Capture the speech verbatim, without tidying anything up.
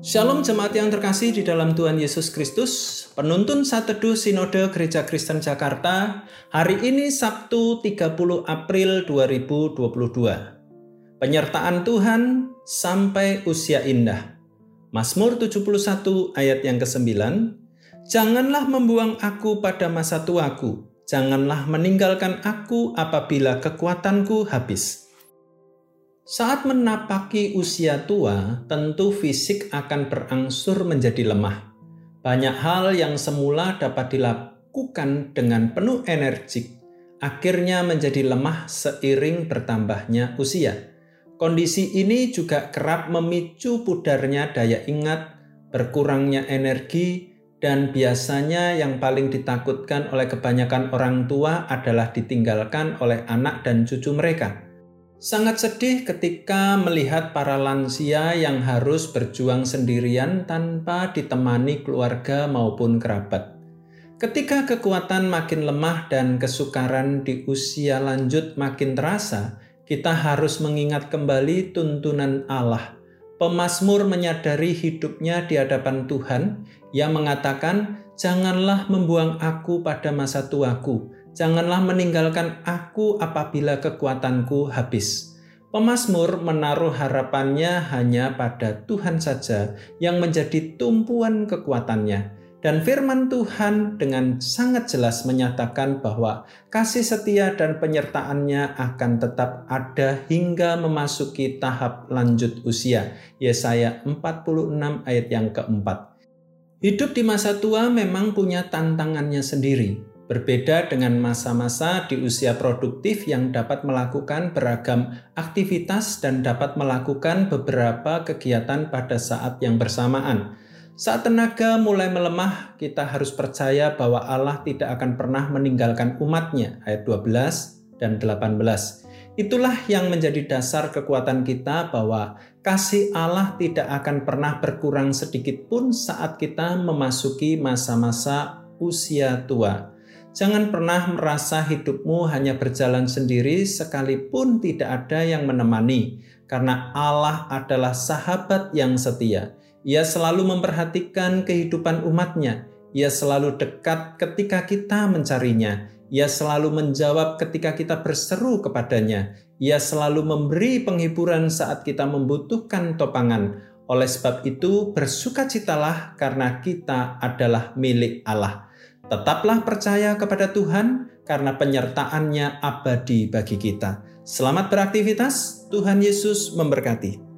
Shalom jemaat yang terkasih di dalam Tuhan Yesus Kristus. Penuntun Saat Teduh Sinode Gereja Kristen Jakarta. Hari ini Sabtu tiga puluh April dua ribu dua puluh dua. Penyertaan Tuhan sampai usia indah. Mazmur tujuh puluh satu ayat yang kesembilan. Janganlah membuang aku pada masa tuaku. Janganlah meninggalkan aku apabila kekuatanku habis. Saat menapaki usia tua, tentu fisik akan berangsur menjadi lemah. Banyak hal yang semula dapat dilakukan dengan penuh energik, akhirnya menjadi lemah seiring bertambahnya usia. Kondisi ini juga kerap memicu pudarnya daya ingat, berkurangnya energi, dan biasanya yang paling ditakutkan oleh kebanyakan orang tua adalah ditinggalkan oleh anak dan cucu mereka. Sangat sedih ketika melihat para lansia yang harus berjuang sendirian tanpa ditemani keluarga maupun kerabat. Ketika kekuatan makin lemah dan kesukaran di usia lanjut makin terasa, kita harus mengingat kembali tuntunan Allah. Pemazmur menyadari hidupnya di hadapan Tuhan yang mengatakan, "Janganlah membuang aku pada masa tuaku. Janganlah meninggalkan aku apabila kekuatanku habis." Pemazmur menaruh harapannya hanya pada Tuhan saja yang menjadi tumpuan kekuatannya. Dan firman Tuhan dengan sangat jelas menyatakan bahwa kasih setia dan penyertaannya akan tetap ada hingga memasuki tahap lanjut usia. Yesaya empat puluh enam ayat yang keempat. Hidup di masa tua memang punya tantangannya sendiri. Berbeda dengan masa-masa di usia produktif yang dapat melakukan beragam aktivitas dan dapat melakukan beberapa kegiatan pada saat yang bersamaan. Saat tenaga mulai melemah, kita harus percaya bahwa Allah tidak akan pernah meninggalkan umatnya, ayat dua belas dan delapan belas. Itulah yang menjadi dasar kekuatan kita bahwa kasih Allah tidak akan pernah berkurang sedikit pun saat kita memasuki masa-masa usia tua. Jangan pernah merasa hidupmu hanya berjalan sendiri sekalipun tidak ada yang menemani, karena Allah adalah sahabat yang setia. Ia selalu memperhatikan kehidupan umatnya. Ia selalu dekat ketika kita mencarinya. Ia selalu menjawab ketika kita berseru kepadanya. Ia selalu memberi penghiburan saat kita membutuhkan topangan. Oleh sebab itu, bersukacitalah karena kita adalah milik Allah. Tetaplah percaya kepada Tuhan karena penyertaannya abadi bagi kita. Selamat beraktivitas, Tuhan Yesus memberkati.